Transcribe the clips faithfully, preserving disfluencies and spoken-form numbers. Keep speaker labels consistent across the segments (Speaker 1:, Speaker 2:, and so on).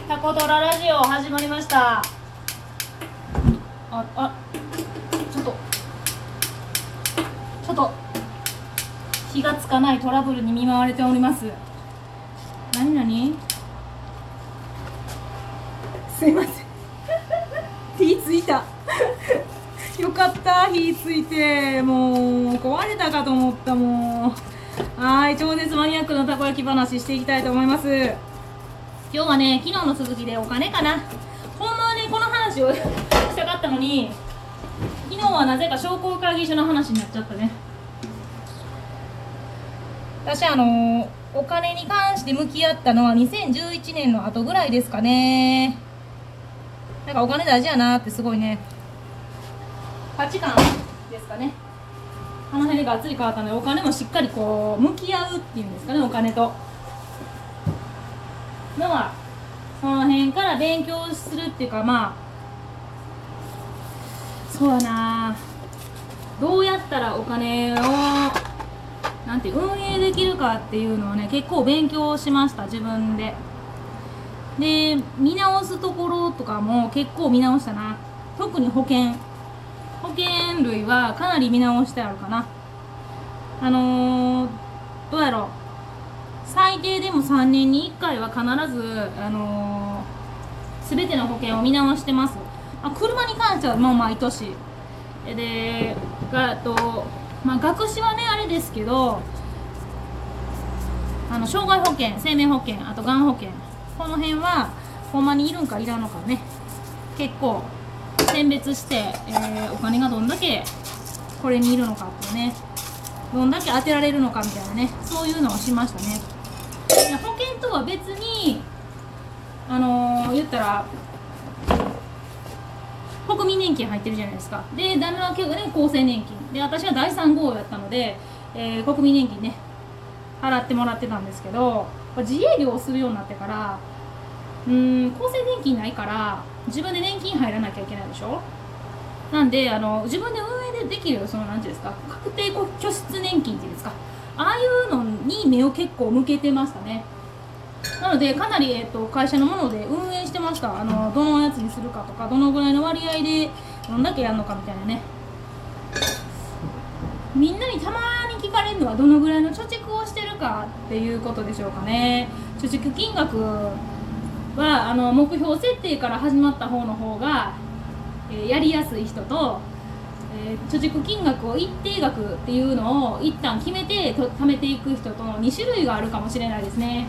Speaker 1: タコドララジオ始まりました。あ、あ、ちょっとちょっと気がつかないトラブルに見舞われております。なになに？すいません火ついたよかった、火ついて、もう壊れたかと思った。もうはい、超絶マニアックなたこ焼き話していきたいと思います。今日はね、昨日の続きでお金かな。ほんまはね、この話をしたかったのに、昨日はなぜか商工会議所の話になっちゃったね。私あのお金に関して向き合ったのはにせんじゅういちねんの後ぐらいですかね。なんかお金大事やなってすごいね、価値観ですかね、あの辺でがっつり変わったので、お金もしっかりこう向き合うっていうんですかね、お金とのはその辺から勉強するっていうか、まあそうやな、どうやったらお金をなんて運営できるかっていうのをね、結構勉強しました、自分で。で、見直すところとかも結構見直したな。特に保険保険類はかなり見直してあるかな。あのー、どうやろう、最低でもさんねんにいっかいは必ず、あのー、全ての保険を見直してます。あ、車に関してはもう毎年で、がとまあ、学士はねあれですけど、あの障害保険、生命保険、あとがん保険、この辺はほんまにいるんかいらんのかね、結構選別して、えー、お金がどんだけこれにいるのかっていうね、どんだけ当てられるのかみたいなね、そういうのをしましたね。保険とは別に、あのー、言ったら国民年金入ってるじゃないですか。で、旦那は結構ね、厚生年金で、私はだいさん号やったので、えー、国民年金ね払ってもらってたんですけど、自営業をするようになってから、うーん、厚生年金ないから自分で年金入らなきゃいけないでしょ。なんで、あの自分で運営でできる、そのなんていうんですか、確定拠出年金っていうんですか、ああいうのに目を結構向けてましたね。なのでかなり、えー、と会社のもので運営してました。あのどのやつにするかとか、どのぐらいの割合でどんだけやるのかみたいなね。みんなにたまに聞かれるのはどのぐらいの貯蓄をしてるかっていうことでしょうかね。貯蓄金額はあの目標設定から始まった方の方が、えー、やりやすい人と、えー、貯蓄金額を一定額っていうのを一旦決めてと貯めていく人とのに種類があるかもしれないですね。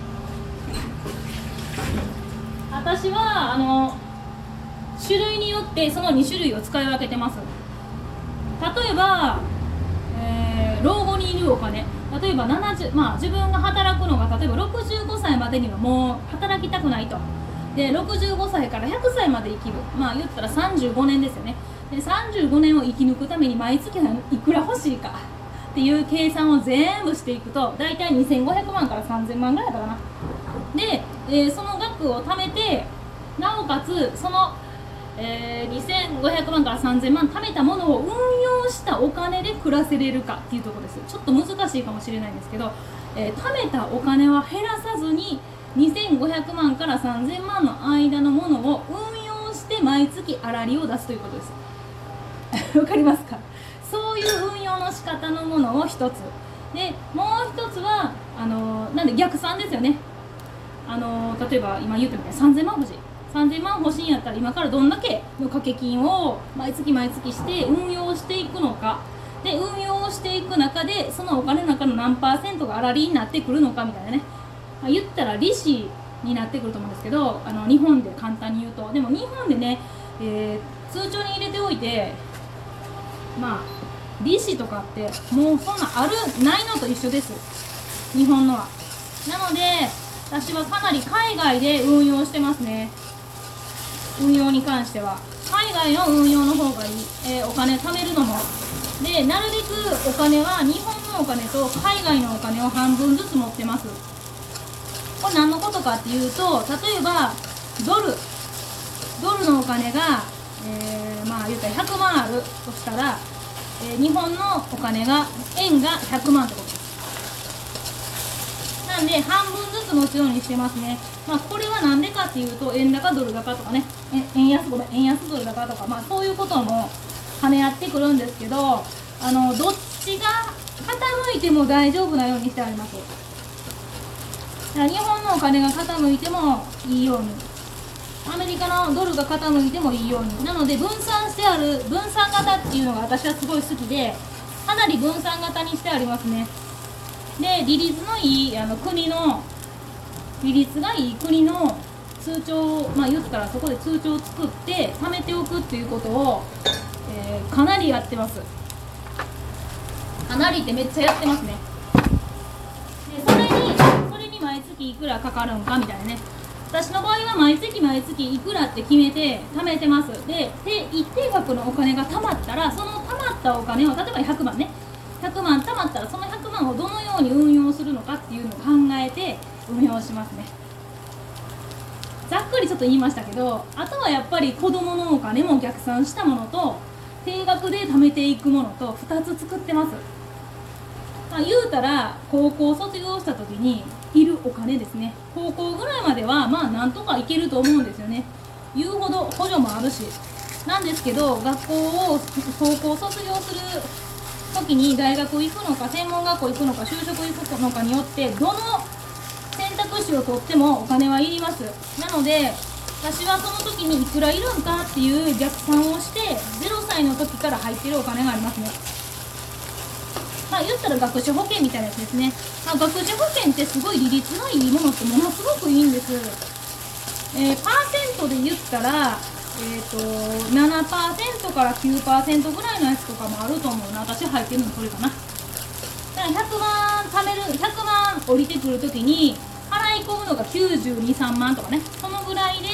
Speaker 1: 私はあの種類によってそのに種類を使い分けてます。例えば、えー、老後にいるお金、例えばななじゅう、まあ、自分が働くのが例えばろくじゅうごさいまでにはもう働きたくないと。で、ろくじゅうごさいからひゃくさいまで生きる、まあ言ったらさんじゅうごねんですよね。で、さんじゅうごねんを生き抜くために毎月いくら欲しいかっていう計算を全部していくと、だいたいにせんごひゃくまんからさんぜんまんぐらいだったかな。で、えー、その額を貯めて、なおかつその、えー、にせんごひゃくまんからさんぜんまん貯めたものを運用したお金で暮らせれるかっていうところです。ちょっと難しいかもしれないんですけど、えー、貯めたお金は減らさずににせんごひゃくまんからさんぜんまんの間のものを運用して毎月粗利を出すということですわかりますか？そういう運用の仕方のものを一つで、もう一つはあのー、なんで逆算ですよね。あの例えば今言ったみたいにさんぜんまん欲しい、さんぜんまん欲しいんやったら今からどんだけの掛け金を毎月毎月して運用していくのかで、運用していく中でそのお金の中の何パーセントが粗利になってくるのかみたいなね、まあ、言ったら利子になってくると思うんですけど、あの日本で簡単に言うと、でも日本でね、えー、通帳に入れておいて、まあ利子とかってもうそんなあるないのと一緒です、日本のは。なので私はかなり海外で運用してますね。運用に関しては海外の運用の方がいい、えー、お金貯めるのもで、なるべくお金は日本のお金と海外のお金を半分ずつ持ってます。これ何のことかっていうと、例えばドルドルのお金が、えー、まあ言ったらひゃくまんあるとしたら、えー、日本のお金が円がひゃくまんってことです。なんなんで半分ずつ持つようにしてますね。まあこれはなんでかっていうと、円高ドル高とかね、円安ごめん円安ドル高とか、まあそういうことも跳ね合ってくるんですけど、あのどっちが傾いても大丈夫なようにしてあります。だから日本のお金が傾いてもいいように、アメリカのドルが傾いてもいいように、なので分散してある分散型っていうのが私はすごい好きで、かなり分散型にしてありますね。で利率のいいあの国の利率がいい国の通帳を、まあ言ったらそこで通帳を作って貯めておくっていうことを、えー、かなりやってます。かなりってめっちゃやってますね。でそれにそれに毎月いくらかかるんかみたいなね。私の場合は毎月毎月いくらって決めて貯めてます。でで一定額のお金が貯まったら、その貯まったお金を例えばひゃくまんね、ひゃくまん貯まったらそのひゃくまんをどのように運用するのかっていうのを考えて運用しますね。ざっくりちょっと言いましたけど、あとはやっぱり子どものお金も逆算したものと定額で貯めていくものとふたつ作ってます。まあ、言うたら高校卒業した時にいるお金ですね。高校ぐらいまではまあなんとかいけると思うんですよね。言うほど補助もあるしなんですけど、学校を高校卒業する時に大学行くのか専門学校行くのか就職行くのかによってどの選択肢を取ってもお金はいります。なので私はその時にいくらいるんかっていう逆算をしてゼロさいの時から入ってるお金がありますね。まあ言ったら学資保険みたいなやつですね。まあ、学資保険ってすごい利率のいいものってものすごくいいんです。えー、パーセントで言ったらえーと ななパーセント から きゅうパーセント ぐらいのやつとかもあると思うな。私入ってるのそれかな。だからひゃくまん貯めるひゃくまん降りてくるときに払い込むのがきゅうじゅうに、さんまんとかね、そのぐらいで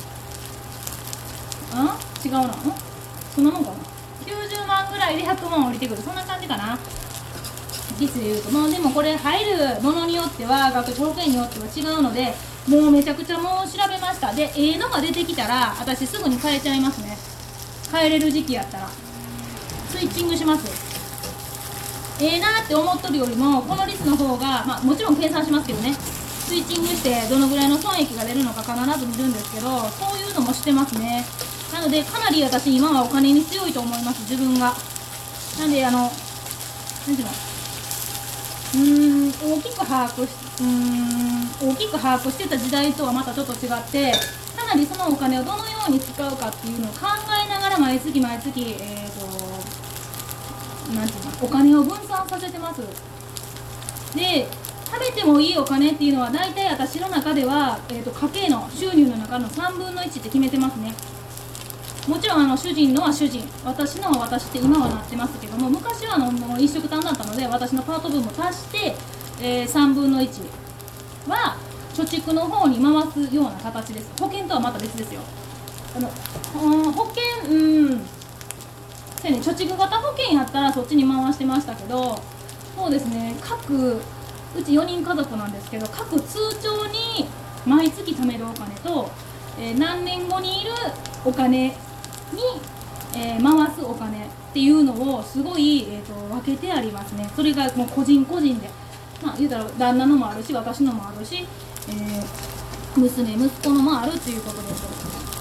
Speaker 1: あ違うな、んそんなもんかな、きゅうじゅうまんぐらいでひゃくまん降りてくる、そんな感じかな。率で言うと、まあでもこれ入るものによっては学資保険によっては違うので、もうめちゃくちゃもう調べました。でええのが出てきたら私すぐに変えちゃいますね。変えれる時期やったらスイッチングします。ええなーって思っとるよりもこの率の方が、まあもちろん計算しますけどね、スイッチングしてどのぐらいの損益が出るのか必ず見るんですけど、そういうのもしてますね。なのでかなり私今はお金に強いと思います、自分が。なんであの何ていうのうーん大きく把握しうーん大きく把握してた時代とはまたちょっと違って、かなりそのお金をどのように使うかっていうのを考えながら毎月毎月えーとなんていうのお金を分散させてます。で食べてもいいお金っていうのは大体私の中では、えー、と家計の収入の中のさんぶんのいちって決めてますね。もちろんあの主人のは主人、私のは私って今はなってますけども、昔はあのもう一食単だったので私のパート分も足して、えー、さんぶんのいちは貯蓄の方に回すような形です。保険とはまた別ですよ。あのうん保険うんそうね、貯蓄型保険やったらそっちに回してましたけど、そうですね、各うちよにん家族なんですけど、各通帳に毎月貯めるお金と、えー、何年後にいるお金に、えー、回すお金っていうのをすごい、えー、と分けてありますね。それがもう個人個人で、まあ言うたら旦那のもあるし私のもあるし、えー、娘息子のもあるっていうことです。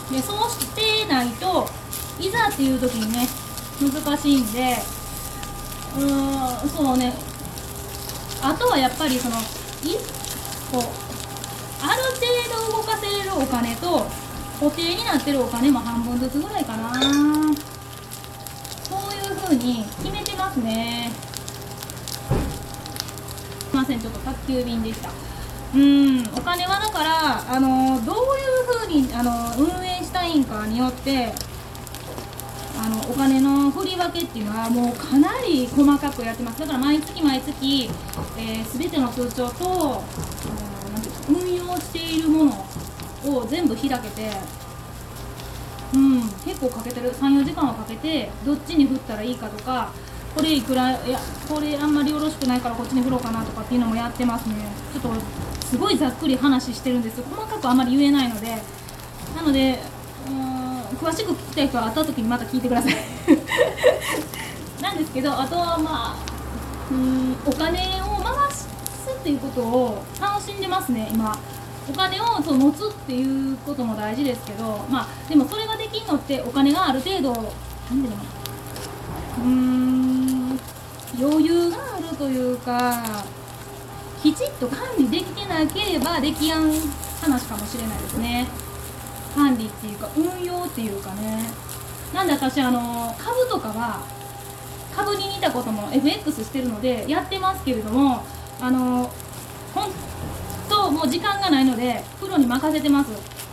Speaker 1: でそうしてないといざっていう時にね難しいんで、うーんそうね、あとはやっぱりそのいこうある程度動かせれるお金と固定になってるお金も半分ずつぐらいかな。そういう風に決めてますね。すいません、ちょっと宅急便でした。うーんお金はだからあのどういう風にあの運営したいんかによってあのお金の振り分けっていうのはもうかなり細かくやってます。だから毎月毎月、えー、全ての通帳と、えー、なんていう運用しているものを全部開けて、うん、結構かけてる、さん、よじかんはかけてどっちに振ったらいいかとか、これいくら、いやこれあんまりよろしくないからこっちに振ろうかなとかっていうのもやってますね。ちょっとすごいざっくり話してるんですよ。細かくあんまり言えないので、なのでうーん詳しく聞きたい人は会った時にまた聞いてくださいなんですけど、あとはまあうーんお金を回すってっていうことを楽しんでますね今。お金をそう持つっていうことも大事ですけど、まあでもそれができるのってお金がある程度なんていうのうーん余裕があるというか、きちっと管理できてなければできやん話かもしれないですね。管理っていうか運用っていうかね。なんで私あの株とかは株に似たことも エフエックス してるのでやってますけれども、あの本当もう時間がないのでプロに任せてます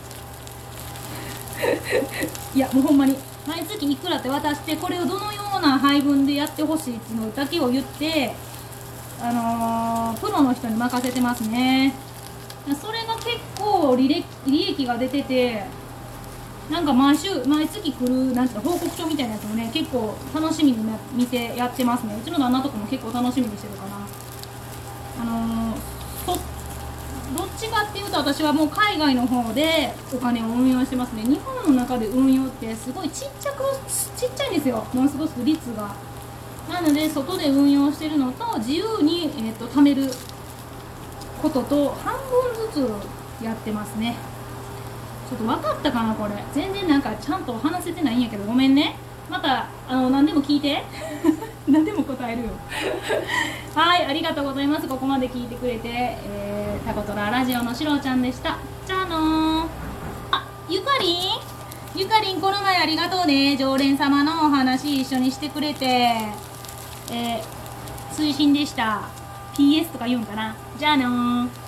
Speaker 1: いやもうほんまに毎月いくらって渡して、これをどのような配分でやってほしいっていうのだけを言って、あのー、プロの人に任せてますね。それが結構利益利益が出てて、なんか毎週毎月来るなんて報告書みたいなやつもね結構楽しみに見てやってますね。うちの旦那とかも結構楽しみにしてるかな。あのー、そどっちかっていうと私はもう海外の方でお金を運用してますね。日本の中で運用ってすごいちっちゃくちっちゃいんですよ、ものすごく率が。なので外で運用してるのと自由に、えー、と貯めることと半分ずつやってますね。ちょっと分かったかなこれ。全然なんかちゃんと話せてないんやけどごめんね。またあの何でも聞いて何でも答えるよはい、ありがとうございます。ここまで聞いてくれて、えー、タコトララジオのしろちゃんでした。じゃあのー、あ、ゆかりんゆかりんこの前ありがとうね。常連様のお話一緒にしてくれて、えー、推進でした。 ピーエス とか言うんかな。じゃあのー